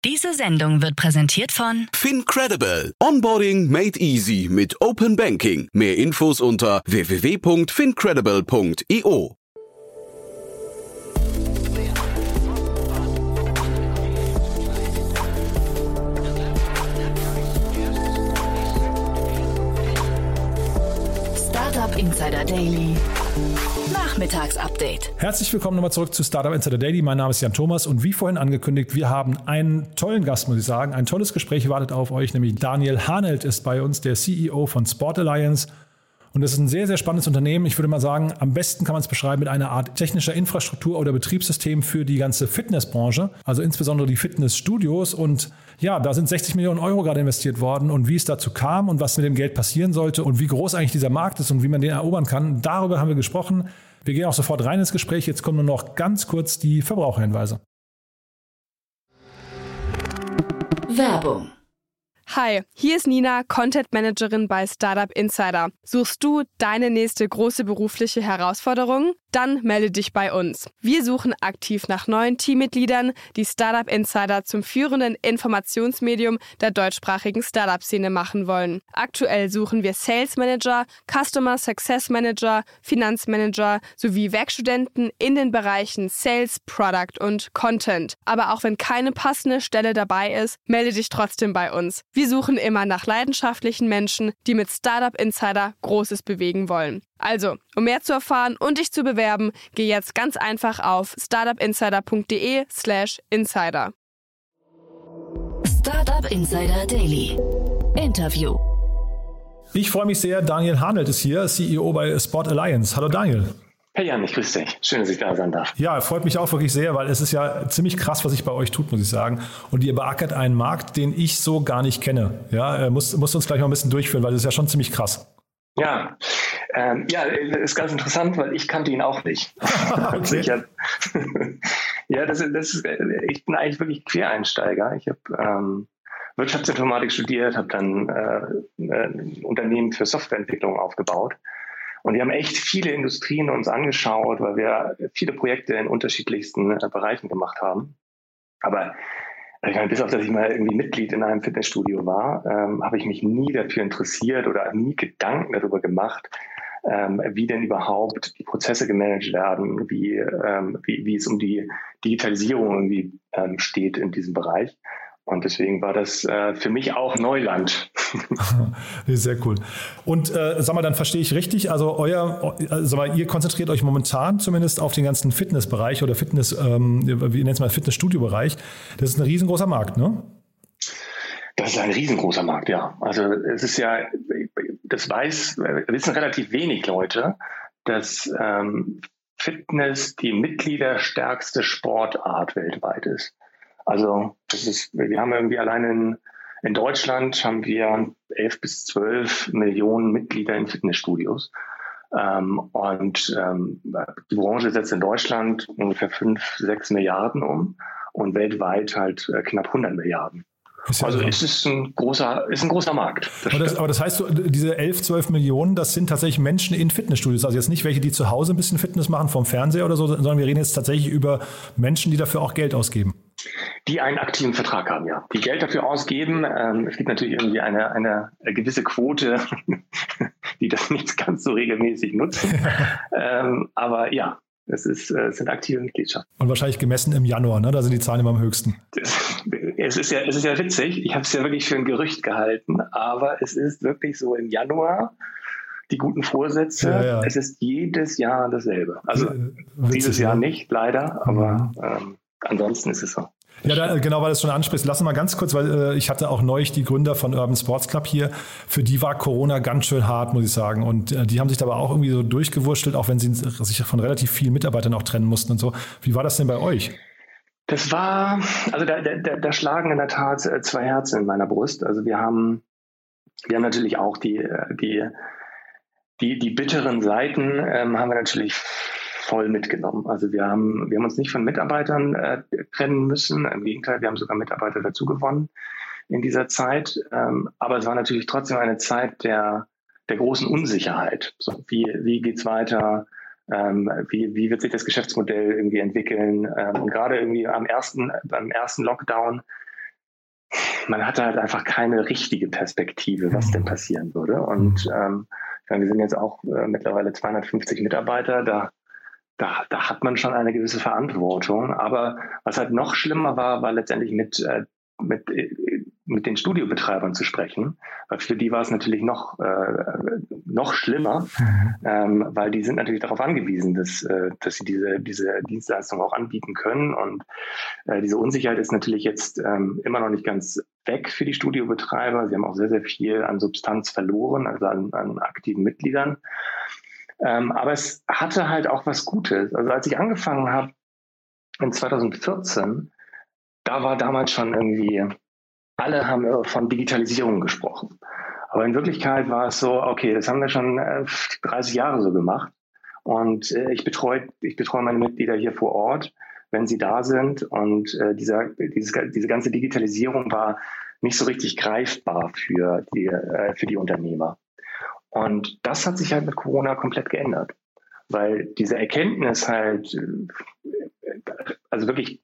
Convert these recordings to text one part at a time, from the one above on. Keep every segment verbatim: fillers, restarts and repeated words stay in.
Diese Sendung wird präsentiert von FinCredible. Onboarding made easy mit Open Banking. Mehr Infos unter w w w punkt fincredible punkt i o. Startup Insider Daily. Nachmittagsupdate. Herzlich willkommen nochmal zurück zu Startup Insider Daily. Mein Name ist Jan Thomas und wie vorhin angekündigt, wir haben einen tollen Gast, muss ich sagen. Ein tolles Gespräch wartet auf euch, nämlich Daniel Hanelt ist bei uns, der C E O von Sport Alliance. Und das ist ein sehr, sehr spannendes Unternehmen. Ich würde mal sagen, am besten kann man es beschreiben mit einer Art technischer Infrastruktur oder Betriebssystem für die ganze Fitnessbranche, also insbesondere die Fitnessstudios. Und ja, da sind sechzig Millionen Euro gerade investiert worden. Und wie es dazu kam und was mit dem Geld passieren sollte und wie groß eigentlich dieser Markt ist und wie man den erobern kann, darüber haben wir gesprochen. Wir gehen auch sofort rein ins Gespräch. Jetzt kommen nur noch ganz kurz die Verbraucherhinweise. Werbung. Hi, hier ist Nina, Content Managerin bei Startup Insider. Suchst du deine nächste große berufliche Herausforderung? Dann melde dich bei uns. Wir suchen aktiv nach neuen Teammitgliedern, die Startup Insider zum führenden Informationsmedium der deutschsprachigen Startup-Szene machen wollen. Aktuell suchen wir Sales Manager, Customer Success Manager, Finanzmanager sowie Werkstudenten in den Bereichen Sales, Product und Content. Aber auch wenn keine passende Stelle dabei ist, melde dich trotzdem bei uns. Wir suchen immer nach leidenschaftlichen Menschen, die mit Startup Insider Großes bewegen wollen. Also, um mehr zu erfahren und dich zu bewerben, geh jetzt ganz einfach auf startupinsider punkt de slash insider. Startup Insider Daily. Interview. Ich freue mich sehr, Daniel Hanelt ist hier, C E O bei Sport Alliance. Hallo Daniel. Hey Jan, ich grüße dich. Schön, dass ich da sein darf. Ja, freut mich auch wirklich sehr, weil es ist ja ziemlich krass, was sich bei euch tut, muss ich sagen. Und ihr beackert einen Markt, den ich so gar nicht kenne. Ja, musst, musst uns gleich mal ein bisschen durchführen, weil das ist ja schon ziemlich krass. Ja, ähm, ja, ist ganz interessant, weil ich kannte ihn auch nicht. Okay. ich hab, ja, das, das ist, ich bin eigentlich wirklich Quereinsteiger. Ich habe ähm, Wirtschaftsinformatik studiert, habe dann äh, ein Unternehmen für Softwareentwicklung aufgebaut. Und wir haben echt viele Industrien uns angeschaut, weil wir viele Projekte in unterschiedlichsten äh, Bereichen gemacht haben. Aber ich meine, bis auf, dass ich mal irgendwie Mitglied in einem Fitnessstudio war, ähm, habe ich mich nie dafür interessiert oder nie Gedanken darüber gemacht, ähm, wie denn überhaupt die Prozesse gemanagt werden, wie, ähm, wie, wie es um die Digitalisierung irgendwie ähm, steht in diesem Bereich. Und deswegen war das äh, für mich auch Neuland. Sehr cool. Und äh, sag mal, dann verstehe ich richtig, also euer, äh, sag mal, ihr konzentriert euch momentan zumindest auf den ganzen Fitnessbereich oder Fitness, ähm, wie nennt es mal, Fitnessstudio-Bereich. Das ist ein riesengroßer Markt, ne? Das ist ein riesengroßer Markt, ja. Also es ist ja, das weiß, wissen relativ wenig Leute, dass ähm, Fitness die mitgliederstärkste Sportart weltweit ist. Also das ist, wir haben irgendwie allein in, in Deutschland haben wir elf bis zwölf Millionen Mitglieder in Fitnessstudios. Ähm, und ähm, die Branche setzt in Deutschland ungefähr fünf, sechs Milliarden um und weltweit halt äh, knapp hundert Milliarden. Ja, also es ist ein großer, ist ein großer Markt. Das aber, das, aber das heißt, diese elf, zwölf Millionen, das sind tatsächlich Menschen in Fitnessstudios. Also jetzt nicht welche, die zu Hause ein bisschen Fitness machen vom Fernseher oder so, sondern wir reden jetzt tatsächlich über Menschen, die dafür auch Geld ausgeben. Die einen aktiven Vertrag haben, ja. Die Geld dafür ausgeben. Ähm, es gibt natürlich irgendwie eine, eine gewisse Quote, die das nicht ganz so regelmäßig nutzen. ähm, aber ja, es, ist, es sind aktive Mitgliedschaften. Und wahrscheinlich gemessen im Januar, ne? Da sind die Zahlen immer am höchsten. Das, es, ist ja, es ist ja witzig. Ich habe es ja wirklich für ein Gerücht gehalten, aber es ist wirklich so im Januar. Die guten Vorsätze, ja, ja. Es ist jedes Jahr dasselbe. Also äh, witzig, dieses Jahr ja. nicht, leider, aber mhm. ähm, ansonsten ist es so. Ja, da, genau, weil du es schon ansprichst. Lass uns mal ganz kurz, weil äh, ich hatte auch neulich die Gründer von Urban Sports Club hier. Für die war Corona ganz schön hart, muss ich sagen. Und äh, die haben sich aber auch irgendwie so durchgewurschtelt, auch wenn sie sich von relativ vielen Mitarbeitern auch trennen mussten und so. Wie war das denn bei euch? Das war, also da, da, da schlagen in der Tat zwei Herzen in meiner Brust. Also wir haben, wir haben natürlich auch die, die, die, die bitteren Seiten ähm, haben wir natürlich voll mitgenommen. Also wir haben, wir haben uns nicht von Mitarbeitern äh, trennen müssen. Im Gegenteil, wir haben sogar Mitarbeiter dazu gewonnen in dieser Zeit. Ähm, aber es war natürlich trotzdem eine Zeit der, der großen Unsicherheit. So, wie, wie geht's weiter? Ähm, wie, wie wird sich das Geschäftsmodell irgendwie entwickeln? Ähm, und gerade irgendwie am ersten, beim ersten Lockdown man hatte halt einfach keine richtige Perspektive, was denn passieren würde. Und ähm, wir sind jetzt auch äh, mittlerweile zweihundertfünfzig Mitarbeiter, da, da, da hat man schon eine gewisse Verantwortung. Aber was halt noch schlimmer war, war letztendlich mit, äh, mit, äh, mit den Studiobetreibern zu sprechen. Weil für die war es natürlich noch, äh, noch schlimmer, mhm. ähm, weil die sind natürlich darauf angewiesen, dass, äh, dass sie diese, diese Dienstleistung auch anbieten können. Und äh, diese Unsicherheit ist natürlich jetzt ähm, immer noch nicht ganz weg für die Studiobetreiber. Sie haben auch sehr, sehr viel an Substanz verloren, also an, an aktiven Mitgliedern. Ähm, aber es hatte halt auch was Gutes. Also als ich angefangen habe in zweitausendvierzehn, da war damals schon irgendwie, alle haben von Digitalisierung gesprochen. Aber in Wirklichkeit war es so, okay, das haben wir schon äh, dreißig Jahre so gemacht. Und äh, ich betreue ich betreue meine Mitglieder hier vor Ort, wenn sie da sind. Und äh, dieser, dieses, diese ganze Digitalisierung war nicht so richtig greifbar für die, äh, für die Unternehmer. Und das hat sich halt mit Corona komplett geändert. Weil diese Erkenntnis halt, äh, also wirklich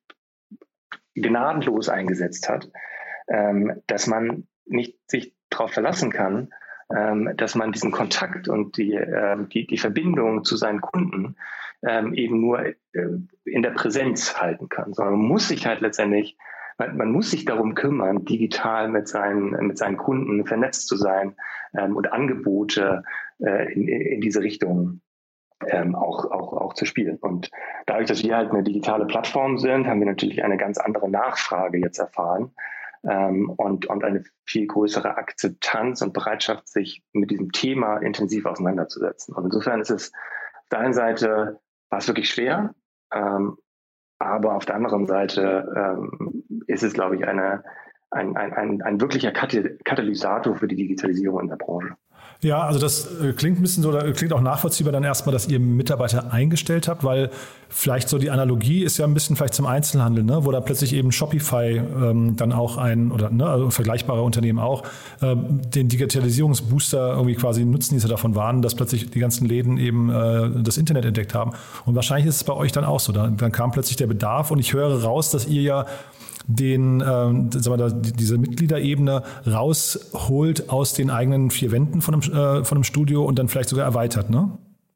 gnadenlos eingesetzt hat, ähm, dass man nicht sich darauf verlassen kann, ähm, dass man diesen Kontakt und die, äh, die, die Verbindung zu seinen Kunden ähm, eben nur äh, in der Präsenz halten kann, sondern man muss sich halt letztendlich, man, man muss sich darum kümmern, digital mit seinen, mit seinen Kunden vernetzt zu sein ähm, und Angebote äh, in, in diese Richtung Ähm, auch, auch, auch zu spielen. Und dadurch, dass wir halt eine digitale Plattform sind, haben wir natürlich eine ganz andere Nachfrage jetzt erfahren ähm, und, und eine viel größere Akzeptanz und Bereitschaft, sich mit diesem Thema intensiv auseinanderzusetzen. Und insofern ist es auf der einen Seite, war es wirklich schwer, ähm, aber auf der anderen Seite ähm, ist es, glaube ich, eine, ein, ein, ein, ein wirklicher Katalysator für die Digitalisierung in der Branche. Ja, also das klingt ein bisschen so, klingt auch nachvollziehbar dann erstmal, dass ihr Mitarbeiter eingestellt habt, weil vielleicht so die Analogie ist ja ein bisschen vielleicht zum Einzelhandel, ne, wo da plötzlich eben Shopify ähm, dann auch ein, oder ne, also vergleichbare Unternehmen auch, ähm, den Digitalisierungsbooster irgendwie quasi Nutznießer davon waren, dass plötzlich die ganzen Läden eben äh, das Internet entdeckt haben. Und wahrscheinlich ist es bei euch dann auch so. Dann, dann kam plötzlich der Bedarf und ich höre raus, dass ihr ja den, ähm, sagen wir da, diese Mitgliederebene rausholt aus den eigenen vier Wänden von einem, äh, von einem Studio und dann vielleicht sogar erweitert, ne?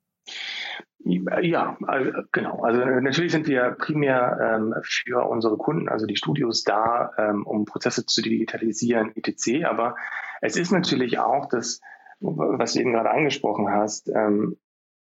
Ja, also, genau. Also natürlich sind wir primär ähm, für unsere Kunden, also die Studios, da, ähm, um Prozesse zu digitalisieren, et cetera. Aber es ist natürlich auch das, was du eben gerade angesprochen hast, ähm,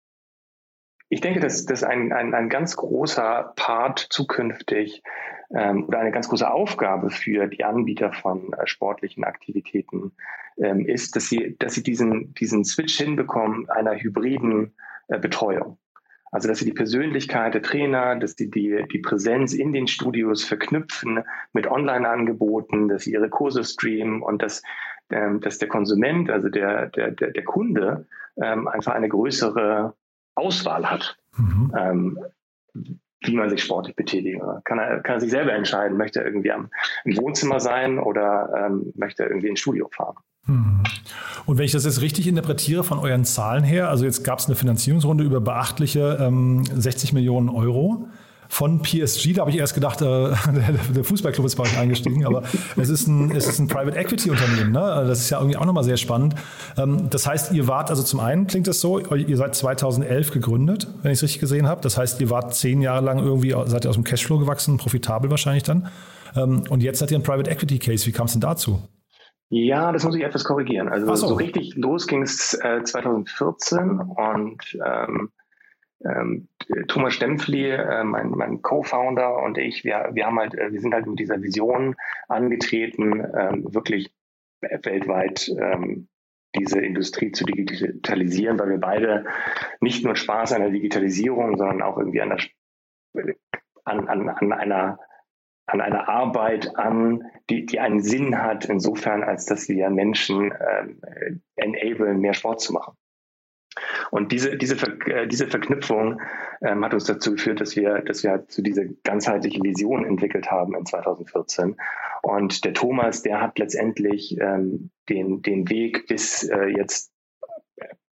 ich denke, dass das ein, ein, ein ganz großer Part zukünftig ähm, oder eine ganz große Aufgabe für die Anbieter von äh, sportlichen Aktivitäten ähm, ist, dass sie, dass sie diesen, diesen Switch hinbekommen einer hybriden äh, Betreuung. Also, dass sie die Persönlichkeit der Trainer, dass sie die, die Präsenz in den Studios verknüpfen mit Online-Angeboten, dass sie ihre Kurse streamen und dass, ähm, dass der Konsument, also der, der, der, der Kunde, ähm, einfach eine größere Auswahl hat, mhm. ähm, wie man sich sportlich betätigen kann. Kann er, kann er sich selber entscheiden, möchte er irgendwie am, im Wohnzimmer sein oder ähm, möchte er irgendwie ins Studio fahren. Mhm. Und wenn ich das jetzt richtig interpretiere von euren Zahlen her, also jetzt gab es eine Finanzierungsrunde über beachtliche ähm, sechzig Millionen Euro von P S G. Da habe ich erst gedacht, äh, der, der Fußballclub ist bei euch eingestiegen, aber es ist ein, es ist ein Private Equity Unternehmen. Ne? Das ist ja irgendwie auch nochmal sehr spannend. Ähm, das heißt, ihr wart, also zum einen klingt das so, ihr seid zweitausendelf gegründet, wenn ich es richtig gesehen habe. Das heißt, ihr wart zehn Jahre lang irgendwie, seid ihr aus dem Cashflow gewachsen, profitabel wahrscheinlich dann. Ähm, und jetzt seid ihr ein Private Equity Case. Wie kam es denn dazu? Ja, das muss ich etwas korrigieren. Also so. so richtig los ging es äh, zweitausendvierzehn und ähm, ähm, Thomas Stempfli, äh, mein, mein Co-Founder und ich, wir, wir haben halt, äh, wir sind halt mit dieser Vision angetreten, ähm, wirklich weltweit ähm, diese Industrie zu digitalisieren, weil wir beide nicht nur Spaß an der Digitalisierung, sondern auch irgendwie an, der, an, an, an einer an einer Arbeit an, die, die einen Sinn hat, insofern, als dass wir Menschen äh, enablen, mehr Sport zu machen. Und diese, diese, Ver, diese Verknüpfung ähm, hat uns dazu geführt, dass wir, dass wir halt so diese ganzheitliche Vision entwickelt haben in zweitausendvierzehn. Und der Thomas, der hat letztendlich ähm, den, den Weg bis äh, jetzt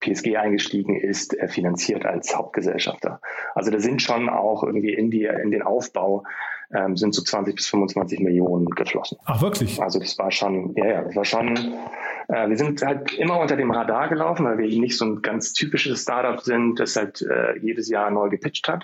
P S G eingestiegen ist, äh, finanziert als Hauptgesellschafter. Also da sind schon auch irgendwie in, die, in den Aufbau ähm, sind so zwanzig bis fünfundzwanzig Millionen geflossen. Ach, wirklich? Also das war schon, ja, ja, das war schon, äh, wir sind halt immer unter dem Radar gelaufen, weil wir eben nicht so ein ganz typisches Startup sind, das halt äh, jedes Jahr neu gepitcht hat.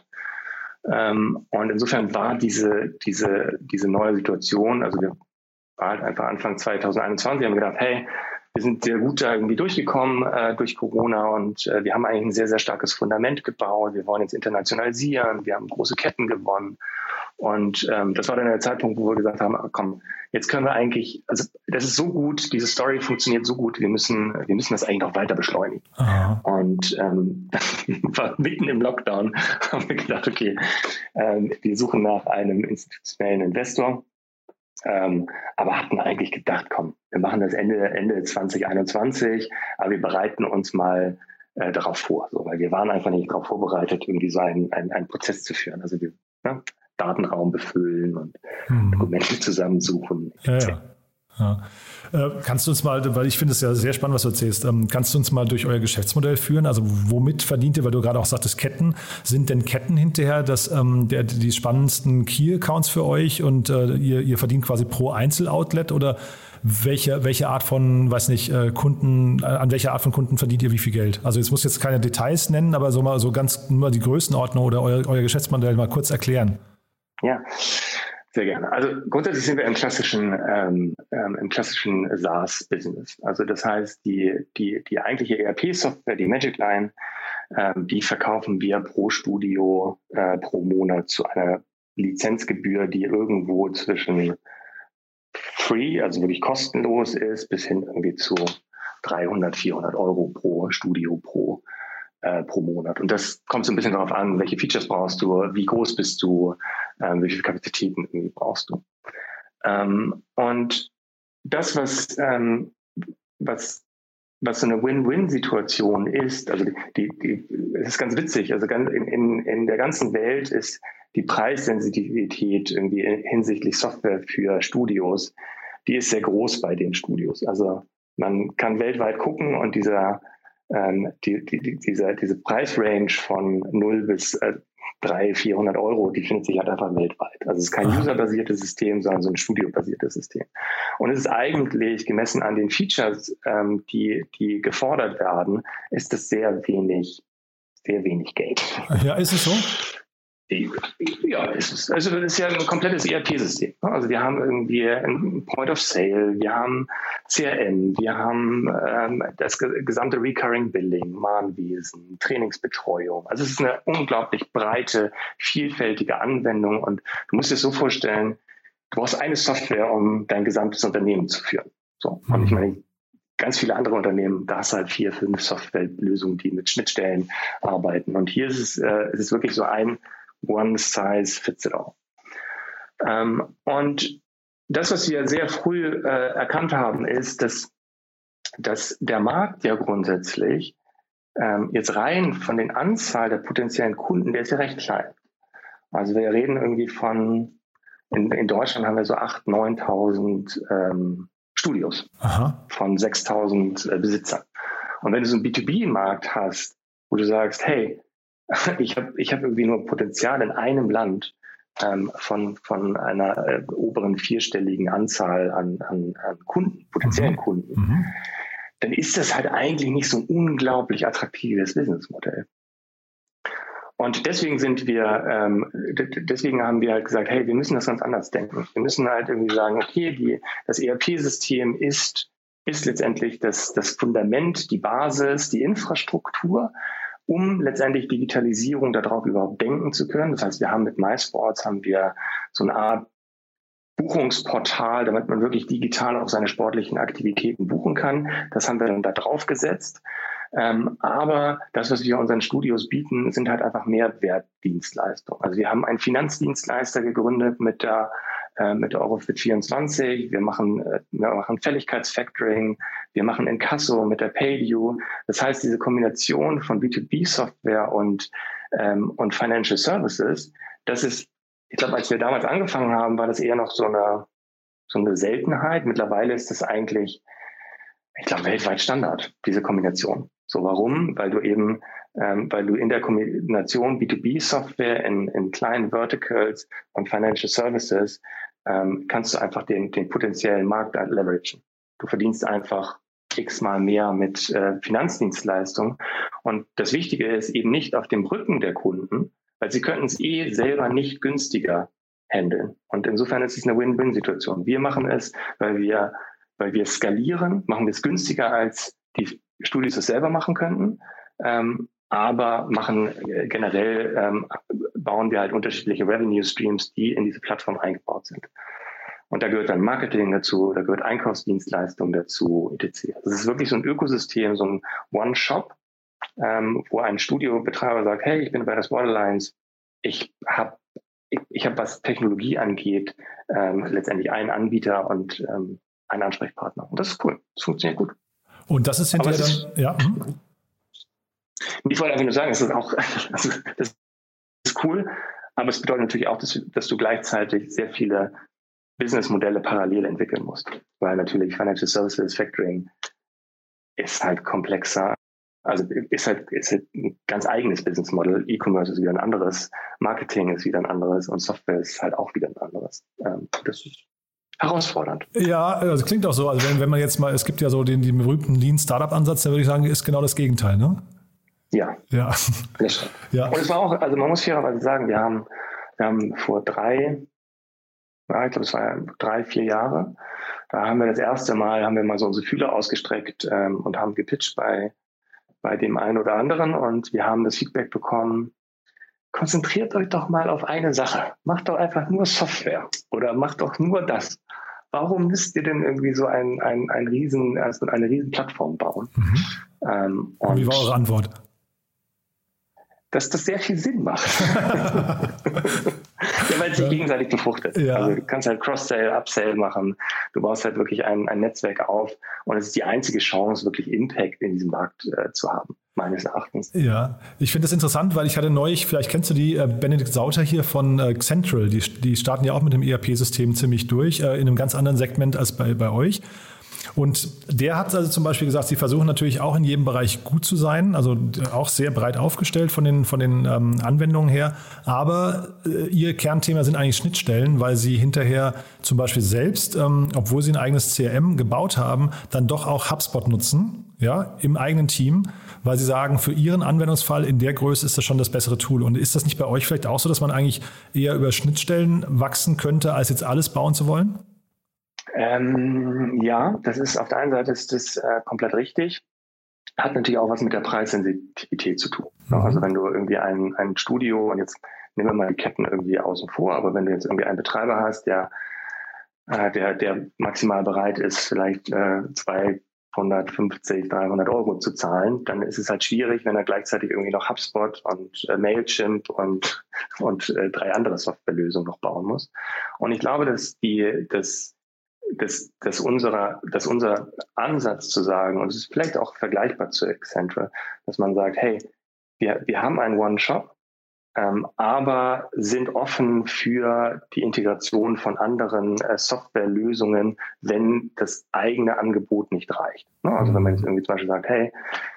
Ähm, und insofern war diese, diese, diese neue Situation, also wir waren halt einfach Anfang zwanzig einundzwanzig, haben gedacht, hey, wir sind sehr gut da irgendwie durchgekommen äh, durch Corona und äh, wir haben eigentlich ein sehr, sehr starkes Fundament gebaut. Wir wollen jetzt internationalisieren, wir haben große Ketten gewonnen. Und ähm, das war dann der Zeitpunkt, wo wir gesagt haben, komm, jetzt können wir eigentlich, also das ist so gut, diese Story funktioniert so gut, wir müssen, wir müssen das eigentlich noch weiter beschleunigen. Aha. Und ähm, war mitten im Lockdown, haben wir gedacht, okay, ähm, wir suchen nach einem institutionellen Investor. Ähm, aber hatten eigentlich gedacht, komm, wir machen das Ende, Ende zwanzig einundzwanzig, aber wir bereiten uns mal äh, darauf vor, so, weil wir waren einfach nicht darauf vorbereitet, irgendwie so einen, einen, einen Prozess zu führen. Also wir ne, Datenraum befüllen und hm. Dokumente zusammensuchen. Ja, ja. Ja. Äh, kannst du uns mal, weil ich finde es ja sehr spannend, was du erzählst, ähm, kannst du uns mal durch euer Geschäftsmodell führen? Also womit verdient ihr, weil du gerade auch sagtest Ketten, sind denn Ketten hinterher das, ähm, der, die spannendsten Key-Accounts für euch und äh, ihr, ihr verdient quasi pro Einzeloutlet oder welche, welche Art von, weiß nicht, äh, Kunden, äh, an welcher Art von Kunden verdient ihr wie viel Geld? Also jetzt muss jetzt keine Details nennen, aber so mal so ganz nur die Größenordnung oder euer, euer Geschäftsmodell mal kurz erklären. Ja. Sehr gerne. Also grundsätzlich sind wir im klassischen, ähm, ähm, im klassischen SaaS-Business. Also das heißt, die, die, die eigentliche E R P-Software, die Magic Line, ähm, die verkaufen wir pro Studio äh, pro Monat zu einer Lizenzgebühr, die irgendwo zwischen free, also wirklich kostenlos ist, bis hin irgendwie zu dreihundert, vierhundert Euro pro Studio pro Äh, pro Monat. Und das kommt so ein bisschen darauf an, welche Features brauchst du, wie groß bist du, ähm, wie viele Kapazitäten irgendwie brauchst du. Ähm, und das, was, ähm, was, was so eine Win-Win-Situation ist, also die, die, die, es ist ganz witzig, also ganz in, in, in der ganzen Welt ist die Preissensitivität irgendwie hinsichtlich Software für Studios, die ist sehr groß bei den Studios. Also man kann weltweit gucken und dieser Ähm, die, die, diese, diese Preisrange von null bis äh, dreihundert, vierhundert Euro, die findet sich halt einfach weltweit. Also es ist kein userbasiertes System, sondern so ein studiobasiertes System. Und es ist eigentlich, gemessen an den Features, ähm, die, die gefordert werden, ist es sehr wenig, sehr wenig Geld. Ja, ist es so? Ja, ist es. Also das ist ja ein komplettes E R P-System. Also wir haben irgendwie ein Point of Sale, wir haben C R M, wir haben ähm, das gesamte Recurring Billing, Mahnwesen, Trainingsbetreuung. Also es ist eine unglaublich breite, vielfältige Anwendung und du musst dir das so vorstellen, du brauchst eine Software, um dein gesamtes Unternehmen zu führen. So. Und ich meine, ganz viele andere Unternehmen, da hast du halt vier, fünf Softwarelösungen, die mit Schnittstellen arbeiten. Und hier ist es, äh, es ist wirklich so ein One size fits it all. Ähm, und das, was wir sehr früh äh, erkannt haben, ist, dass, dass der Markt ja grundsätzlich ähm, jetzt rein von den Anzahl der potenziellen Kunden, der ist ja recht klein. Also wir reden irgendwie von, in, in Deutschland haben wir so achttausend, neuntausend ähm, Studios. Aha. Von sechstausend äh, Besitzern. Und wenn du so einen B zwei B-Markt hast, wo du sagst, hey, ich habe ich hab irgendwie nur Potenzial in einem Land ähm, von, von einer äh, oberen vierstelligen Anzahl an, an, an Kunden, potenziellen mhm. Kunden, mhm. dann ist das halt eigentlich nicht so ein unglaublich attraktives Businessmodell. Und deswegen sind wir, ähm, d- deswegen haben wir halt gesagt, hey, wir müssen das ganz anders denken. Wir müssen halt irgendwie sagen, okay, die, das E R P-System ist, ist letztendlich das, das Fundament, die Basis, die Infrastruktur, um letztendlich Digitalisierung darauf überhaupt denken zu können. Das heißt, wir haben mit MySports haben wir so eine Art Buchungsportal, damit man wirklich digital auch seine sportlichen Aktivitäten buchen kann. Das haben wir dann da drauf gesetzt. Ähm, aber das, was wir unseren Studios bieten, sind halt einfach Mehrwertdienstleistungen. Also wir haben einen Finanzdienstleister gegründet mit der äh, mit der Eurofit vierundzwanzig. Wir machen äh, wir machen Fälligkeitsfactoring. Wir machen Inkasso mit der PayView. Das heißt, diese Kombination von B zwei B-Software und ähm, und Financial Services, das ist, ich glaube, als wir damals angefangen haben, war das eher noch so eine so eine Seltenheit. Mittlerweile ist das eigentlich, ich glaube, weltweit Standard, diese Kombination. So, warum? Weil du eben, ähm, weil du in der Kombination B zwei B Software in, in kleinen Verticals und Financial Services ähm, kannst du einfach den, den potenziellen Markt leveragen. Du verdienst einfach x-mal mehr mit äh, Finanzdienstleistungen. Und das Wichtige ist eben nicht auf dem Rücken der Kunden, weil sie könnten es eh selber nicht günstiger handeln. Und insofern ist es eine Win-Win-Situation. Wir machen es, weil wir, weil wir skalieren, machen wir es günstiger, als die Studios es selber machen könnten. Ähm, aber machen äh, generell, ähm, bauen wir halt unterschiedliche Revenue Streams, die in diese Plattform eingebaut sind. Und da gehört dann Marketing dazu, da gehört Einkaufsdienstleistung dazu, et cetera. Das ist wirklich so ein Ökosystem, so ein One-Shop, ähm, wo ein Studiobetreiber sagt, hey, ich bin bei der Sport Alliance, ich habe, ich, ich hab, was Technologie angeht, ähm, letztendlich einen Anbieter und ähm, einen Ansprechpartner. Und das ist cool, das funktioniert gut. Und das ist hinterher dann, ist, ja. Hm. Ich wollte einfach nur sagen, es ist auch, also das ist cool, aber es bedeutet natürlich auch, dass, dass du gleichzeitig sehr viele Businessmodelle parallel entwickeln musst, weil natürlich Financial Services, Factoring ist halt komplexer, also ist halt, ist halt ein ganz eigenes Businessmodell. E-Commerce ist wieder ein anderes, Marketing ist wieder ein anderes und Software ist halt auch wieder ein anderes. Das ist herausfordernd. Ja, also klingt auch so. Also wenn, wenn man jetzt mal, es gibt ja so den, den berühmten Lean-Startup-Ansatz, der würde ich sagen, ist genau das Gegenteil, ne? Ja. Ja. ja. Und es war auch, also man muss fairerweise sagen, wir haben, wir haben vor drei Ja, ich glaube, es war drei, vier Jahre. Da haben wir das erste Mal, haben wir mal so unsere Fühler ausgestreckt ähm, und haben gepitcht bei, bei dem einen oder anderen. Und wir haben das Feedback bekommen, konzentriert euch doch mal auf eine Sache. Macht doch einfach nur Software oder macht doch nur das. Warum müsst ihr denn irgendwie so ein, ein, ein riesen, also eine riesen Plattform bauen? Mhm. Ähm, und, und wie war eure Antwort? Dass das sehr viel Sinn macht. Ja, weil es sich gegenseitig befruchtet. Ja. Also du kannst halt Cross-Sell, Upsell machen. Du baust halt wirklich ein, ein Netzwerk auf und es ist die einzige Chance, wirklich Impact in diesem Markt äh, zu haben, meines Erachtens. Ja, ich finde das interessant, weil ich hatte neulich, vielleicht kennst du die, äh, Benedikt Sauter hier von äh, Xentral, die, die starten ja auch mit dem E R P-System ziemlich durch, äh, in einem ganz anderen Segment als bei, bei euch. Und der hat also zum Beispiel gesagt, sie versuchen natürlich auch in jedem Bereich gut zu sein, also auch sehr breit aufgestellt von den, von den ähm, Anwendungen her. Aber äh, ihr Kernthema sind eigentlich Schnittstellen, weil sie hinterher zum Beispiel selbst, ähm, obwohl sie ein eigenes C R M gebaut haben, dann doch auch HubSpot nutzen, ja, im eigenen Team, weil sie sagen, für ihren Anwendungsfall in der Größe ist das schon das bessere Tool. Und ist das nicht bei euch vielleicht auch so, dass man eigentlich eher über Schnittstellen wachsen könnte, als jetzt alles bauen zu wollen? Ähm, ja, das ist auf der einen Seite ist das äh, komplett richtig. Hat natürlich auch was mit der Preissensitivität zu tun. Mhm. Also wenn du irgendwie ein, ein Studio, und jetzt nehmen wir mal die Ketten irgendwie außen vor, aber wenn du jetzt irgendwie einen Betreiber hast, der, äh, der, der maximal bereit ist, vielleicht äh, zweihundertfünfzig, dreihundert Euro zu zahlen, dann ist es halt schwierig, wenn er gleichzeitig irgendwie noch HubSpot und äh, Mailchimp und, und äh, drei andere Softwarelösungen noch bauen muss. Und ich glaube, dass die, dass Dass, dass, unserer, dass unser Ansatz zu sagen, und es ist vielleicht auch vergleichbar zu Xentral, dass man sagt, hey, wir, wir haben einen One-Shop, ähm, aber sind offen für die Integration von anderen äh, Softwarelösungen, wenn das eigene Angebot nicht reicht. Ne? Also wenn man jetzt irgendwie zum Beispiel sagt, hey,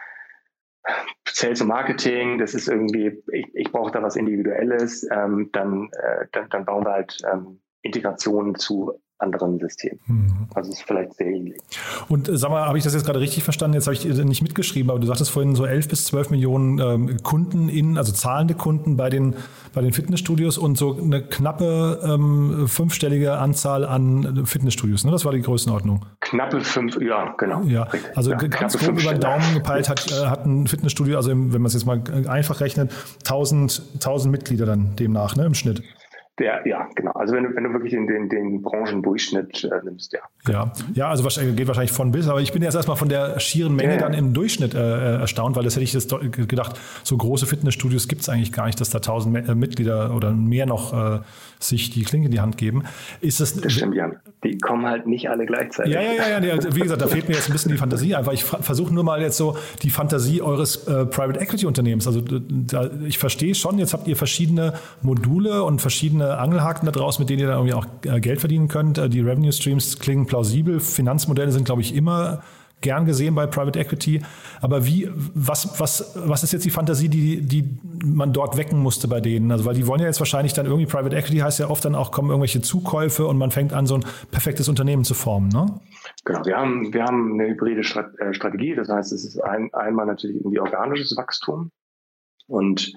Sales und Marketing, das ist irgendwie, ich, ich brauche da was Individuelles, ähm, dann, äh, dann, dann bauen wir halt ähm, Integrationen zu anderen Systemen. Mhm. Also es ist vielleicht sehr ähnlich. Und äh, sag mal, habe ich das jetzt gerade richtig verstanden? Jetzt habe ich nicht mitgeschrieben, aber du sagtest vorhin so elf bis zwölf Millionen ähm, Kunden in, also zahlende Kunden bei den, bei den Fitnessstudios und so eine knappe ähm, fünfstellige Anzahl an Fitnessstudios, ne? Das war die Größenordnung. Knappe fünf, ja, genau. Ja, also ja, ganz grob über den Daumen gepeilt hat, äh, hat ein Fitnessstudio, also im, wenn man es jetzt mal einfach rechnet, tausend Mitglieder dann demnach, ne, im Schnitt. Der, ja, genau. Also wenn du, wenn du wirklich den, den, den Branchendurchschnitt äh, nimmst, ja. Ja, ja, also wahrscheinlich, geht wahrscheinlich von bis, aber ich bin jetzt erstmal von der schieren Menge ja, ja. dann im Durchschnitt äh, erstaunt, weil das hätte ich jetzt gedacht, so große Fitnessstudios gibt es eigentlich gar nicht, dass da tausend äh, Mitglieder oder mehr noch äh, sich die Klinke in die Hand geben. Ist das, das stimmt, Jan. Die kommen halt nicht alle gleichzeitig. Ja, ja, ja, ja. Wie gesagt, da fehlt mir jetzt ein bisschen die Fantasie einfach. Ich versuche nur mal jetzt so die Fantasie eures äh, Private Equity Unternehmens. Also da, ich verstehe schon, jetzt habt ihr verschiedene Module und verschiedene Angelhaken da draus, mit denen ihr dann irgendwie auch äh, Geld verdienen könnt. Äh, die Revenue Streams klingen plausibel. Finanzmodelle sind, glaube ich, immer gern gesehen bei Private Equity. Aber wie, was, was, was ist jetzt die Fantasie, die, die man dort wecken musste bei denen? Also, weil die wollen ja jetzt wahrscheinlich dann irgendwie, Private Equity heißt ja oft dann auch, kommen irgendwelche Zukäufe und man fängt an, so ein perfektes Unternehmen zu formen, ne? Genau, wir haben, wir haben eine hybride Strategie. Das heißt, es ist ein, einmal natürlich irgendwie organisches Wachstum und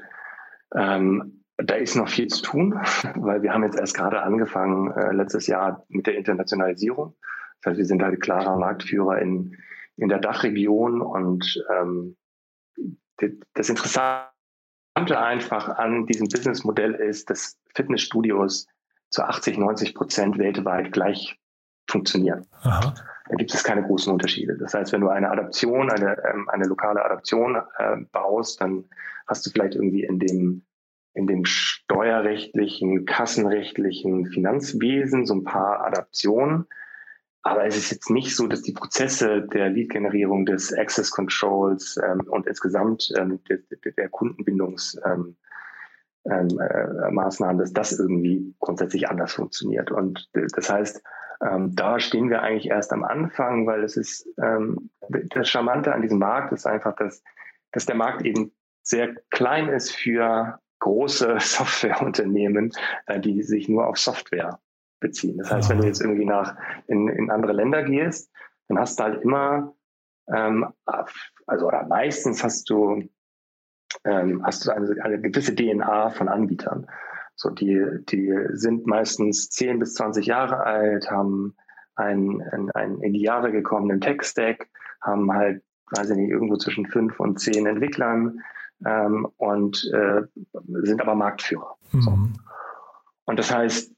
ähm, da ist noch viel zu tun, weil wir haben jetzt erst gerade angefangen, äh, letztes Jahr mit der Internationalisierung. Das heißt, wir sind halt klarer Marktführer in, in der Dachregion und ähm, das Interessante einfach an diesem Businessmodell ist, dass Fitnessstudios zu achtzig, neunzig Prozent weltweit gleich funktionieren. Aha. Da gibt es keine großen Unterschiede. Das heißt, wenn du eine Adaption, eine, ähm, eine lokale Adaption äh, baust, dann hast du vielleicht irgendwie in dem, in dem steuerrechtlichen, kassenrechtlichen Finanzwesen so ein paar Adaptionen. Aber es ist jetzt nicht so, dass die Prozesse der Lead-Generierung, des Access Controls ähm, und insgesamt ähm, der, der Kundenbindungsmaßnahmen, ähm, äh, Maßnahmen, dass das irgendwie grundsätzlich anders funktioniert. Und das heißt, ähm, da stehen wir eigentlich erst am Anfang, weil es ist ähm, das Charmante an diesem Markt ist einfach, dass, dass der Markt eben sehr klein ist für große Softwareunternehmen, äh, die sich nur auf Software beziehen. Das heißt, wenn du jetzt irgendwie nach in, in andere Länder gehst, dann hast du halt immer, ähm, also oder meistens hast du ähm, hast du eine, eine gewisse D N A von Anbietern. So die die sind meistens zehn bis zwanzig Jahre alt, haben einen, einen, einen in die Jahre gekommenen Tech-Stack, haben halt, weiß ich nicht, irgendwo zwischen fünf und zehn Entwicklern ähm, und äh, sind aber Marktführer. Mhm. So. Und das heißt,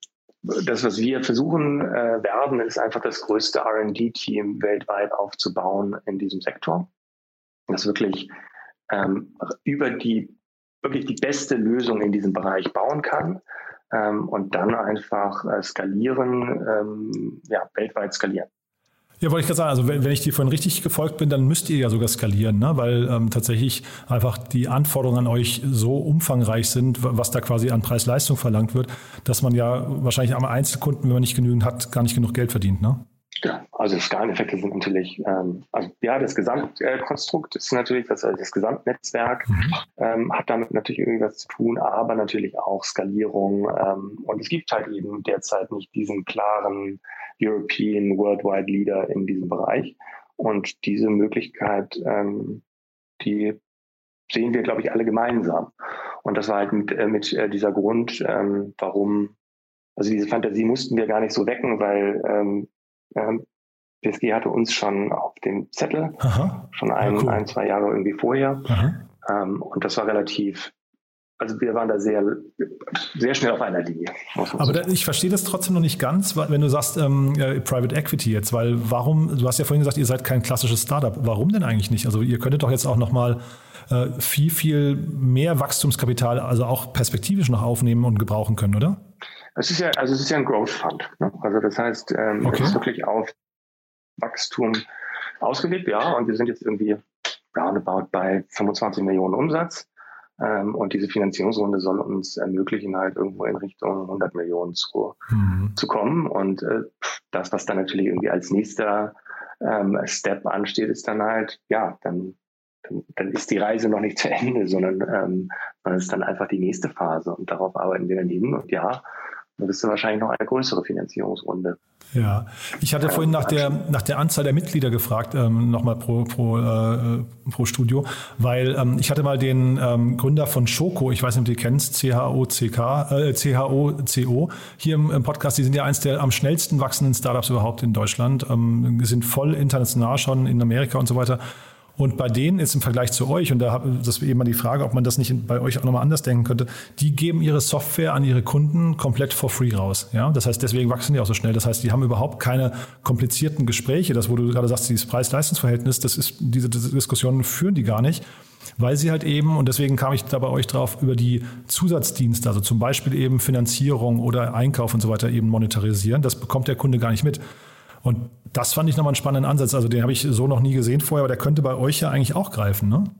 das, was wir versuchen äh, werden, ist einfach das größte R and D-Team weltweit aufzubauen in diesem Sektor. Das wirklich ähm, über die wirklich die beste Lösung in diesem Bereich bauen kann ähm, und dann einfach äh, skalieren, ähm, ja, weltweit skalieren. Ja, wollte ich gerade sagen, also wenn, wenn ich dir vorhin richtig gefolgt bin, dann müsst ihr ja sogar skalieren, ne? Weil ähm, tatsächlich einfach die Anforderungen an euch so umfangreich sind, was da quasi an Preis-Leistung verlangt wird, dass man ja wahrscheinlich am Einzelkunden, wenn man nicht genügend hat, gar nicht genug Geld verdient, ne? Ja, also Skaleneffekte sind natürlich, ähm, also ja, das Gesamtkonstrukt ist natürlich, das, also das Gesamtnetzwerk mhm. ähm, hat damit natürlich irgendwas zu tun, aber natürlich auch Skalierung. Ähm, und es gibt halt eben derzeit nicht diesen klaren European Worldwide Leader in diesem Bereich. Und diese Möglichkeit, ähm, die sehen wir, glaube ich, alle gemeinsam. Und das war halt mit, äh, mit äh, dieser Grund, ähm, warum, also diese Fantasie mussten wir gar nicht so wecken, weil ähm, ähm, P S G hatte uns schon auf dem Zettel, Aha. schon ein, ja, cool. ein, zwei Jahre irgendwie vorher. Ähm, und das war relativ, also wir waren da sehr, sehr schnell auf einer Linie. Aber da, ich verstehe das trotzdem noch nicht ganz, wenn du sagst, ähm, äh, Private Equity jetzt, weil warum, du hast ja vorhin gesagt, ihr seid kein klassisches Startup. Warum denn eigentlich nicht? Also ihr könntet doch jetzt auch nochmal äh, viel, viel mehr Wachstumskapital, also auch perspektivisch noch aufnehmen und gebrauchen können, oder? Es ist ja, also es ist ja ein Growth Fund. Ne? Also das heißt, ähm, okay. es ist wirklich auf Wachstum ausgelegt, ja. Und wir sind jetzt irgendwie roundabout bei fünfundzwanzig Millionen Umsatz. Ähm, und diese Finanzierungsrunde soll uns ermöglichen, halt irgendwo in Richtung hundert Millionen zu, mhm. zu kommen. Und äh, das, was dann natürlich irgendwie als nächster ähm, Step ansteht, ist dann halt, ja, dann, dann, dann ist die Reise noch nicht zu Ende, sondern ähm, es ist dann einfach die nächste Phase. Und darauf arbeiten wir dann hin. Und ja, dann bist du wahrscheinlich noch eine größere Finanzierungsrunde. Ja, ich hatte vorhin nach der, nach der Anzahl der Mitglieder gefragt, ähm, nochmal pro, pro, äh, pro Studio, weil ähm, ich hatte mal den ähm, Gründer von Choco, ich weiß nicht, ob du die kennst, C H O C K, äh, C H O C O, hier im, im Podcast, die sind ja eins der am schnellsten wachsenden Startups überhaupt in Deutschland, ähm, sind voll international schon in Amerika und so weiter. Und bei denen ist im Vergleich zu euch, und da das wäre eben mal die Frage, ob man das nicht bei euch auch nochmal anders denken könnte, die geben ihre Software an ihre Kunden komplett for free raus. Ja, das heißt, deswegen wachsen die auch so schnell. Das heißt, die haben überhaupt keine komplizierten Gespräche. Das, wo du gerade sagst, dieses Preis-Leistungs-Verhältnis, das ist, diese, diese Diskussionen führen die gar nicht, weil sie halt eben, und deswegen kam ich da bei euch drauf, über die Zusatzdienste, also zum Beispiel eben Finanzierung oder Einkauf und so weiter eben monetarisieren. Das bekommt der Kunde gar nicht mit. Und das fand ich nochmal einen spannenden Ansatz. Also den habe ich so noch nie gesehen vorher, aber der könnte bei euch ja eigentlich auch greifen, ne?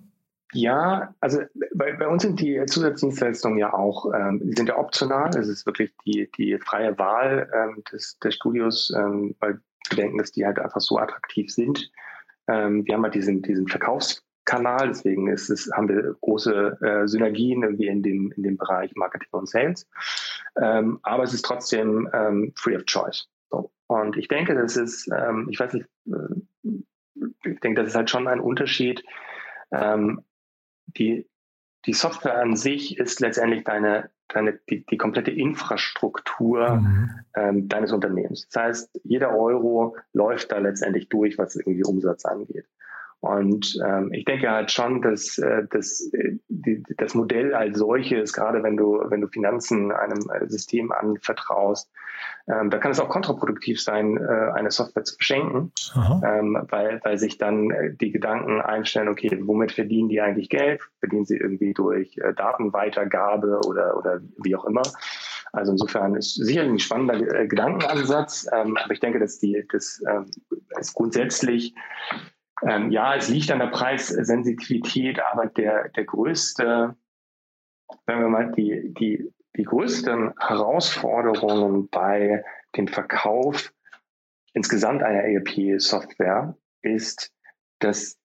Ja, also bei, bei uns sind die Zusatzdienstleistungen ja auch, ähm, sind ja optional. Es ist wirklich die, die freie Wahl ähm, des, des Studios, ähm, weil zu denken, dass die halt einfach so attraktiv sind. Ähm, wir haben halt diesen, diesen Verkaufskanal, deswegen ist es, haben wir große äh, Synergien irgendwie in dem, in dem Bereich Marketing und Sales. Ähm, aber es ist trotzdem ähm, free of choice. So. Und ich denke, das ist, ähm, ich weiß nicht, äh, ich denke, das ist halt schon ein Unterschied. Ähm, die, die Software an sich ist letztendlich deine, deine, die, die komplette Infrastruktur mhm. ähm, deines Unternehmens. Das heißt, jeder Euro läuft da letztendlich durch, was irgendwie Umsatz angeht. Und ähm, ich denke halt schon, dass, äh, dass äh, die, das Modell als solches, gerade wenn du, wenn du Finanzen einem äh, System anvertraust, ähm, da kann es auch kontraproduktiv sein, äh, eine Software zu verschenken, ähm, weil, weil sich dann äh, die Gedanken einstellen, okay, womit verdienen die eigentlich Geld? Verdienen sie irgendwie durch äh, Datenweitergabe oder, oder wie auch immer? Also insofern ist sicherlich ein spannender äh, Gedankenansatz, ähm, aber ich denke, dass die, das ähm, ist grundsätzlich Ähm, ja, es liegt an der Preissensitivität, aber der, der größte, sagen wir mal, die, die, die größten Herausforderungen bei dem Verkauf insgesamt einer E R P-Software ist, dass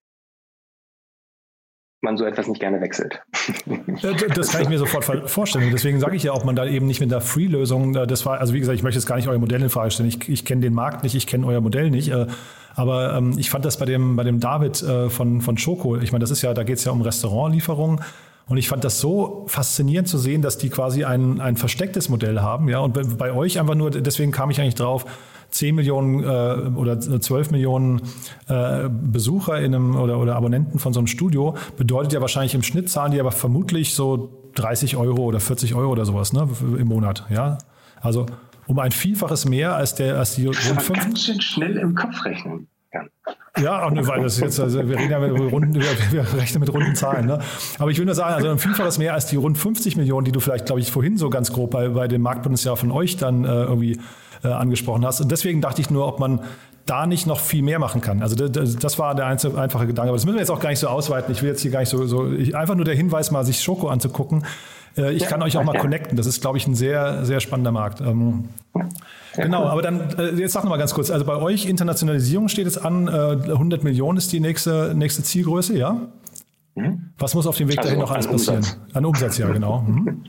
man so etwas nicht gerne wechselt. Das kann ich mir sofort vorstellen. Deswegen sage ich ja auch, man da eben nicht mit der Free-Lösung, das war, also wie gesagt, ich möchte jetzt gar nicht euer Modell in Frage stellen. Ich, ich kenne den Markt nicht, ich kenne euer Modell nicht. Aber ähm, ich fand das bei dem, bei dem David äh, von, von Schoko, ich meine, das ist ja, da geht es ja um Restaurantlieferungen. Und ich fand das so faszinierend zu sehen, dass die quasi ein, ein verstecktes Modell haben. Ja, und bei euch einfach nur, deswegen kam ich eigentlich drauf, zehn Millionen äh, oder zwölf Millionen äh, Besucher in einem oder, oder Abonnenten von so einem Studio bedeutet ja wahrscheinlich im Schnitt zahlen die aber vermutlich so dreißig Euro oder vierzig Euro oder sowas, ne, im Monat. Ja, also um ein Vielfaches mehr als der als die rund fünf. Ganz schön schnell im Kopf rechnen. Ja, ja, auch nur, weil das jetzt, also wir reden ja mit runden, wir rechnen mit runden Zahlen, ne? Aber ich würde nur sagen, also ein Vielfaches mehr als die rund fünfzig Millionen, die du vielleicht, glaube ich, vorhin so ganz grob bei, bei dem Marktpotenzial von euch dann äh, irgendwie äh, angesprochen hast. Und deswegen dachte ich nur, ob man da nicht noch viel mehr machen kann. Also das, das war der einzige, einfache Gedanke. Aber das müssen wir jetzt auch gar nicht so ausweiten. Ich will jetzt hier gar nicht so, so ich, einfach nur der Hinweis, mal sich Schoko anzugucken. Äh, ich ja, kann euch auch mal ja. connecten. Das ist, glaube ich, ein sehr, sehr spannender Markt. Ähm, ja, genau, cool. Aber dann, äh, jetzt sag noch mal ganz kurz. Also bei euch Internationalisierung steht es an. Äh, hundert Millionen ist die nächste, nächste Zielgröße, ja? Mhm. Was muss auf dem Weg also dahin noch alles passieren? Umsatz. An Umsatz, ja, genau. Mhm.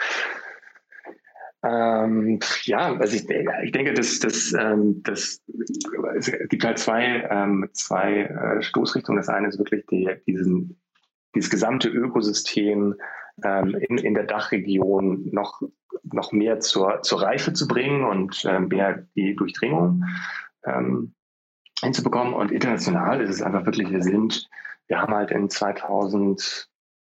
Ähm, ja, also ich, ich denke, dass das, ähm, das, es gibt halt zwei, ähm, zwei äh, Stoßrichtungen. Das eine ist wirklich die, diesen, dieses gesamte Ökosystem ähm, in, in der Dachregion noch, noch mehr zur, zur Reife zu bringen und ähm, mehr die Durchdringung ähm, hinzubekommen. Und international ist es einfach wirklich, wir sind, wir haben halt in zweitausendachtzehn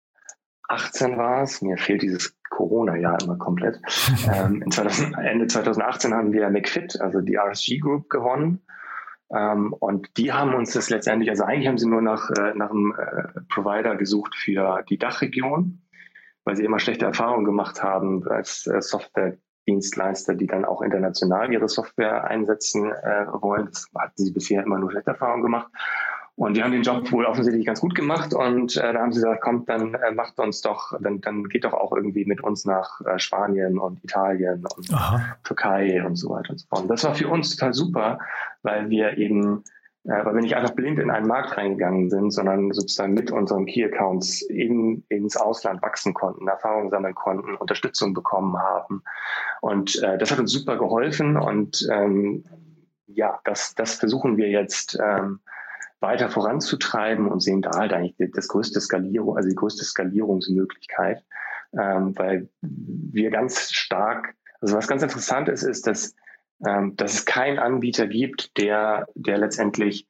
war es, mir fehlt dieses Corona-Jahr immer komplett. ähm, in zweitausend, Ende zweitausendachtzehn haben wir McFit, also die R S G Group, gewonnen. Ähm, und die haben uns das letztendlich, also eigentlich haben sie nur nach, äh, nach einem äh, Provider gesucht für die Dachregion, weil sie immer schlechte Erfahrungen gemacht haben als äh, Software-Dienstleister, die dann auch international ihre Software einsetzen äh, wollen. Das hatten sie bisher immer nur schlechte Erfahrungen gemacht. Und die haben den Job wohl offensichtlich ganz gut gemacht und äh, da haben sie gesagt, kommt, dann äh, macht uns doch, dann, dann geht doch auch irgendwie mit uns nach äh, Spanien und Italien und Aha. Türkei und so weiter und so fort. Und das war für uns total super, weil wir eben, äh, weil wir nicht einfach blind in einen Markt reingegangen sind, sondern sozusagen mit unseren Key-Accounts in, ins Ausland wachsen konnten, Erfahrungen sammeln konnten, Unterstützung bekommen haben. Und äh, das hat uns super geholfen und ähm, ja, das, das versuchen wir jetzt ähm, weiter voranzutreiben und sehen da halt eigentlich das größte Skalierung, also die größte Skalierungsmöglichkeit, ähm, weil wir ganz stark, also was ganz interessant ist, ist, dass, ähm, dass es keinen Anbieter gibt, der, der letztendlich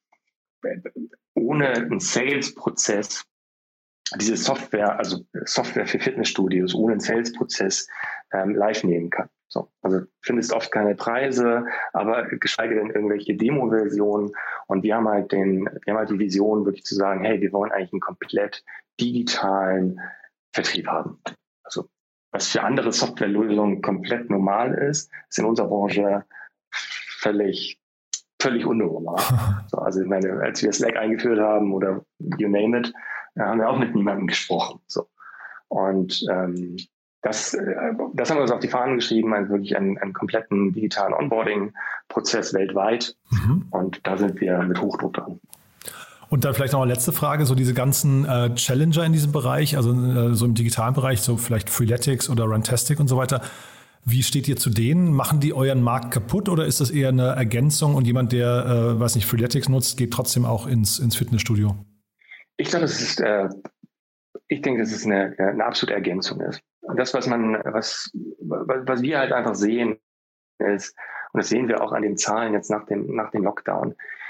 ohne einen Sales-Prozess diese Software, also Software für Fitnessstudios, ohne einen Sales-Prozess ähm, live nehmen kann. So, also findest oft keine Preise, aber geschweige denn irgendwelche Demo-Versionen. Und wir haben halt den, wir haben halt die Vision, wirklich zu sagen, hey, wir wollen eigentlich einen komplett digitalen Vertrieb haben. Also was für andere Softwarelösungen komplett normal ist, ist in unserer Branche völlig, völlig unnormal. So, also ich meine, als wir Slack eingeführt haben oder you name it, haben wir auch mit niemandem gesprochen. So. Und ähm, das, das haben wir uns auf die Fahnen geschrieben, also wirklich einen, einen kompletten digitalen Onboarding-Prozess weltweit. Mhm. Und da sind wir mit Hochdruck dran. Und dann vielleicht noch eine letzte Frage, so diese ganzen äh, Challenger in diesem Bereich, also äh, so im digitalen Bereich, so vielleicht Freeletics oder Runtastic und so weiter. Wie steht ihr zu denen? Machen die euren Markt kaputt oder ist das eher eine Ergänzung und jemand, der, äh, weiß nicht, Freeletics nutzt, geht trotzdem auch ins, ins Fitnessstudio? Ich glaube, es ist, äh, ich denke, dass es eine, eine absolute Ergänzung ist. Und das, was man, was, was wir halt einfach sehen, ist, und das sehen wir auch an den Zahlen jetzt nach dem, nach dem Lockdown,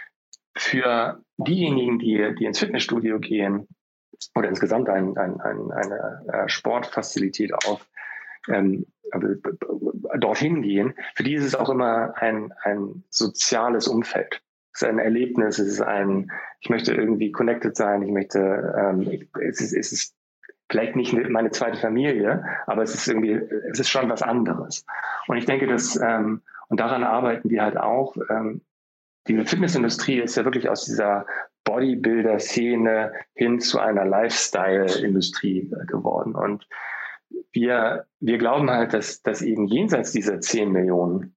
für diejenigen, die, die ins Fitnessstudio gehen oder insgesamt ein, ein, ein, eine Sportfazilität auf, ähm, dorthin gehen, für die ist es auch immer ein, ein soziales Umfeld. Es ist ein Erlebnis, es ist ein, ich möchte irgendwie connected sein, ich möchte, ähm, ich, es, ist, es ist vielleicht nicht meine zweite Familie, aber es ist irgendwie, es ist schon was anderes. Und ich denke, dass, ähm, und daran arbeiten wir halt auch, ähm, die Fitnessindustrie ist ja wirklich aus dieser Bodybuilder-Szene hin zu einer Lifestyle-Industrie geworden. Und wir, wir glauben halt, dass, dass eben jenseits dieser zehn Millionen,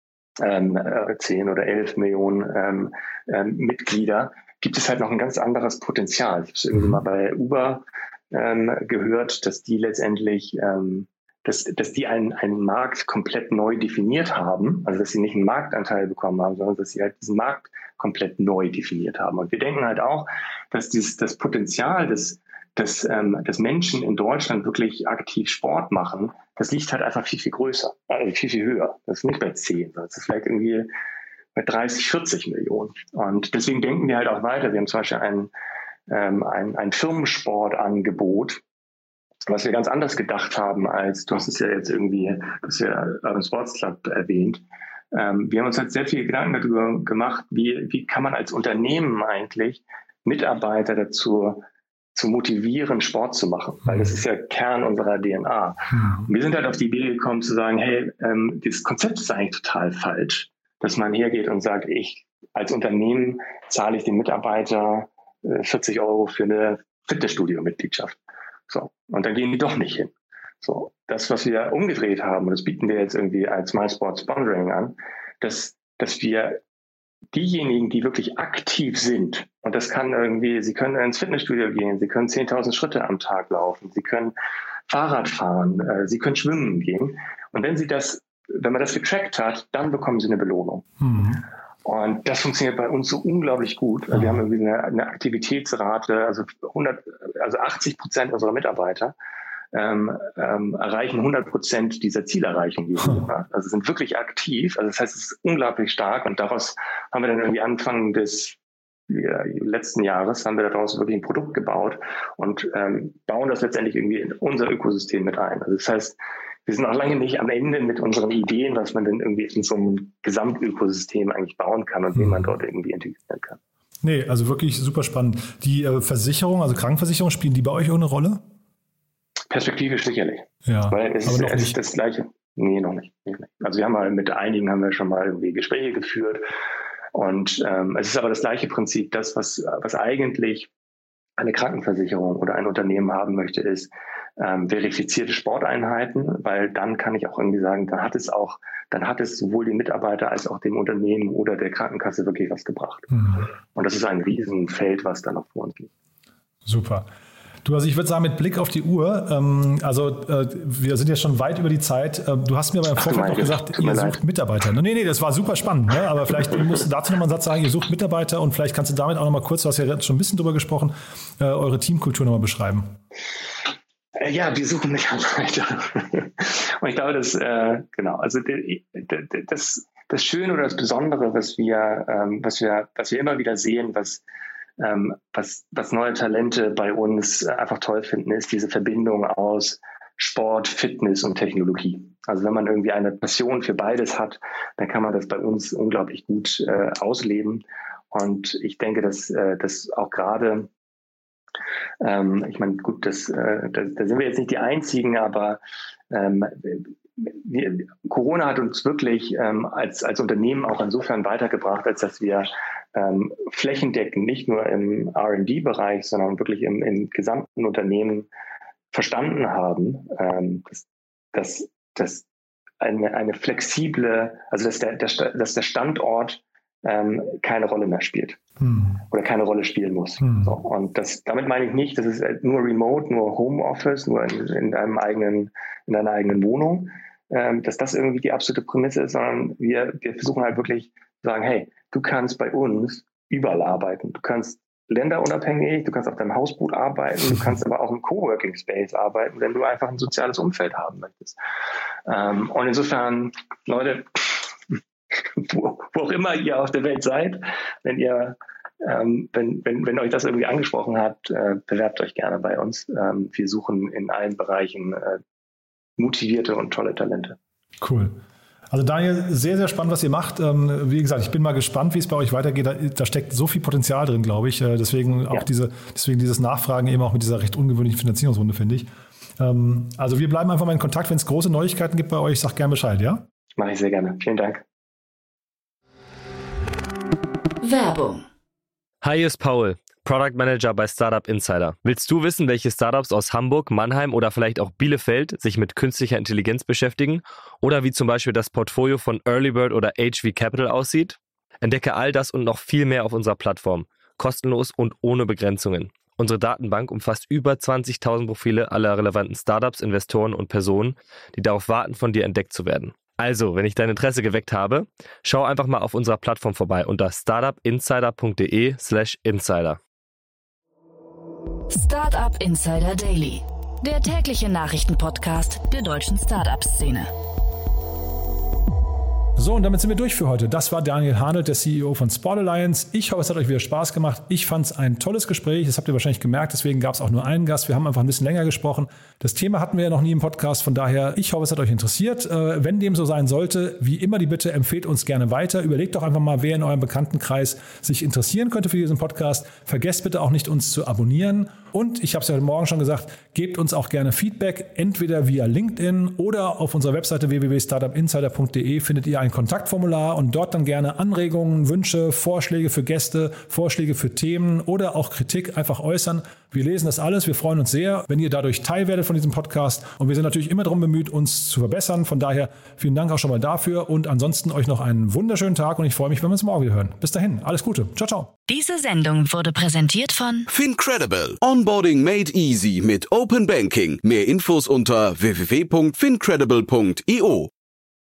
ähm, zehn oder elf Millionen ähm, ähm, Mitglieder, gibt es halt noch ein ganz anderes Potenzial. Ich habe es irgendwie mal bei Uber ähm, gehört, dass die letztendlich ähm, dass, dass die einen, einen Markt komplett neu definiert haben, also dass sie nicht einen Marktanteil bekommen haben, sondern dass sie halt diesen Markt komplett neu definiert haben. Und wir denken halt auch, dass dieses, das Potenzial des, des, ähm, des Menschen in Deutschland wirklich aktiv Sport machen, das liegt halt einfach viel, viel größer, also viel, viel höher. Das ist nicht bei zehn, das ist vielleicht irgendwie bei dreißig, vierzig Millionen. Und deswegen denken wir halt auch weiter. Wir haben zum Beispiel ein, ähm, ein, ein Firmensportangebot, was wir ganz anders gedacht haben, als, du hast es ja jetzt irgendwie, du hast ja Urban Sports Club erwähnt. Ähm, wir haben uns halt sehr viele Gedanken darüber gemacht, wie, wie kann man als Unternehmen eigentlich Mitarbeiter dazu zu motivieren, Sport zu machen, weil das ist ja Kern unserer D N A. Und wir sind halt auf die Idee gekommen zu sagen, hey, ähm, dieses Konzept ist eigentlich total falsch, dass man hergeht und sagt, ich als Unternehmen zahle ich den Mitarbeiter äh, vierzig Euro für eine Fitnessstudio-Mitgliedschaft. So. Und dann gehen die doch nicht hin. So. Das, was wir umgedreht haben, und das bieten wir jetzt irgendwie als MySport Sponsoring an, dass, dass wir diejenigen, die wirklich aktiv sind, und das kann irgendwie, sie können ins Fitnessstudio gehen, sie können zehntausend Schritte am Tag laufen, sie können Fahrrad fahren, äh, sie können schwimmen gehen. Und wenn sie das, wenn man das getrackt hat, dann bekommen sie eine Belohnung. Mhm. Und das funktioniert bei uns so unglaublich gut. Wir haben irgendwie eine, eine Aktivitätsrate, also hundert, also achtzig Prozent unserer Mitarbeiter ähm, ähm, erreichen hundert Prozent dieser Zielerreichung. Die wir haben. Also sind wirklich aktiv. Also das heißt, es ist unglaublich stark. Und daraus haben wir dann irgendwie Anfang des ja, letzten Jahres haben wir daraus wirklich ein Produkt gebaut und ähm, bauen das letztendlich irgendwie in unser Ökosystem mit ein. Also das heißt, wir sind auch lange nicht am Ende mit unseren Ideen, was man denn irgendwie in so einem Gesamtökosystem eigentlich bauen kann und wie man dort irgendwie integrieren kann. Nee, also wirklich super spannend. Die äh, Versicherung, also Krankenversicherung, spielen die bei euch auch eine Rolle? Perspektivisch sicherlich. Ja, weil es, ist, es ist das Gleiche. Nee, noch nicht. Also wir haben mal mit einigen haben wir schon mal irgendwie Gespräche geführt und ähm, es ist aber das gleiche Prinzip. Das, was, was eigentlich eine Krankenversicherung oder ein Unternehmen haben möchte, ist, Ähm, verifizierte Sporteinheiten, weil dann kann ich auch irgendwie sagen, dann hat es auch, dann hat es sowohl den Mitarbeiter als auch dem Unternehmen oder der Krankenkasse wirklich was gebracht. Mhm. Und das ist ein Riesenfeld, was da noch vor uns liegt. Super. Du, also ich würde sagen, mit Blick auf die Uhr, ähm, also äh, wir sind ja schon weit über die Zeit. Äh, du hast mir aber im Vorfeld noch gesagt, ihr sucht leid. Mitarbeiter. Nee, nee, das war super spannend. Ne? Aber vielleicht musst du dazu nochmal einen Satz sagen, ihr sucht Mitarbeiter und vielleicht kannst du damit auch nochmal kurz, du hast ja schon ein bisschen drüber gesprochen, äh, eure Teamkultur nochmal beschreiben. Ja, wir suchen Mitarbeiter. Und ich glaube, dass, äh, genau, also das, das Schöne oder das Besondere, was wir, ähm, was wir, was wir immer wieder sehen, was, ähm, was, was neue Talente bei uns einfach toll finden, ist diese Verbindung aus Sport, Fitness und Technologie. Also wenn man irgendwie eine Passion für beides hat, dann kann man das bei uns unglaublich gut äh, ausleben. Und ich denke, dass, äh, dass auch gerade Ähm, ich meine, gut, das, äh, da, da sind wir jetzt nicht die Einzigen, aber ähm, wir, Corona hat uns wirklich ähm, als, als Unternehmen auch insofern weitergebracht, als dass wir ähm, flächendeckend nicht nur im R und D-Bereich, sondern wirklich im, im gesamten Unternehmen verstanden haben, ähm, dass dass, dass eine, eine flexible, also dass der, der, dass der Standort ähm, keine Rolle mehr spielt hm. oder keine Rolle spielen muss. Hm. So, und das, damit meine ich nicht, dass es nur Remote, nur Homeoffice, nur in, in deinem eigenen, in deiner eigenen Wohnung, ähm, dass das irgendwie die absolute Prämisse ist, sondern wir, wir versuchen halt wirklich zu sagen, hey, du kannst bei uns überall arbeiten. Du kannst länderunabhängig, du kannst auf deinem Hausboot arbeiten, du kannst aber auch im Coworking Space arbeiten, wenn du einfach ein soziales Umfeld haben möchtest. Ähm, und insofern, Leute, wo, wo auch immer ihr auf der Welt seid, wenn ihr, ähm, wenn, wenn, wenn euch das irgendwie angesprochen hat, äh, bewerbt euch gerne bei uns. Ähm, wir suchen in allen Bereichen äh, motivierte und tolle Talente. Cool. Also Daniel, sehr, sehr spannend, was ihr macht. Ähm, wie gesagt, ich bin mal gespannt, wie es bei euch weitergeht. Da, da steckt so viel Potenzial drin, glaube ich. Äh, deswegen auch ja. diese, deswegen dieses Nachfragen eben auch mit dieser recht ungewöhnlichen Finanzierungsrunde, finde ich. Ähm, also wir bleiben einfach mal in Kontakt. Wenn es große Neuigkeiten gibt bei euch, sagt gerne Bescheid, ja? Mache ich sehr gerne. Vielen Dank. Werbung. Hi, hier ist Paul, Product Manager bei Startup Insider. Willst du wissen, welche Startups aus Hamburg, Mannheim oder vielleicht auch Bielefeld sich mit künstlicher Intelligenz beschäftigen? Oder wie zum Beispiel das Portfolio von Earlybird oder H V Capital aussieht? Entdecke all das und noch viel mehr auf unserer Plattform. Kostenlos und ohne Begrenzungen. Unsere Datenbank umfasst über zwanzigtausend Profile aller relevanten Startups, Investoren und Personen, die darauf warten, von dir entdeckt zu werden. Also, wenn ich dein Interesse geweckt habe, schau einfach mal auf unserer Plattform vorbei unter startupinsider.de slash insider. Startup Insider Daily, der tägliche Nachrichtenpodcast der deutschen Startup-Szene. So, und damit sind wir durch für heute. Das war Daniel Hanelt, der C E O von Sport Alliance. Ich hoffe, es hat euch wieder Spaß gemacht. Ich fand es ein tolles Gespräch. Das habt ihr wahrscheinlich gemerkt. Deswegen gab es auch nur einen Gast. Wir haben einfach ein bisschen länger gesprochen. Das Thema hatten wir ja noch nie im Podcast. Von daher, ich hoffe, es hat euch interessiert. Äh, wenn dem so sein sollte, wie immer die Bitte, empfehlt uns gerne weiter. Überlegt doch einfach mal, wer in eurem Bekanntenkreis sich interessieren könnte für diesen Podcast. Vergesst bitte auch nicht, uns zu abonnieren. Und ich habe es ja heute Morgen schon gesagt, gebt uns auch gerne Feedback, entweder via LinkedIn oder auf unserer Webseite w w w punkt startup insider punkt d e findet ihr ein Kontaktformular und dort dann gerne Anregungen, Wünsche, Vorschläge für Gäste, Vorschläge für Themen oder auch Kritik einfach äußern. Wir lesen das alles, wir freuen uns sehr, wenn ihr dadurch Teil werdet von diesem Podcast und wir sind natürlich immer darum bemüht, uns zu verbessern. Von daher vielen Dank auch schon mal dafür und ansonsten euch noch einen wunderschönen Tag und ich freue mich, wenn wir uns morgen wieder hören. Bis dahin, alles Gute. Ciao, ciao. Diese Sendung wurde präsentiert von FinCredible. Onboarding made easy mit Open Banking. Mehr Infos unter w w w punkt fincredible punkt i o.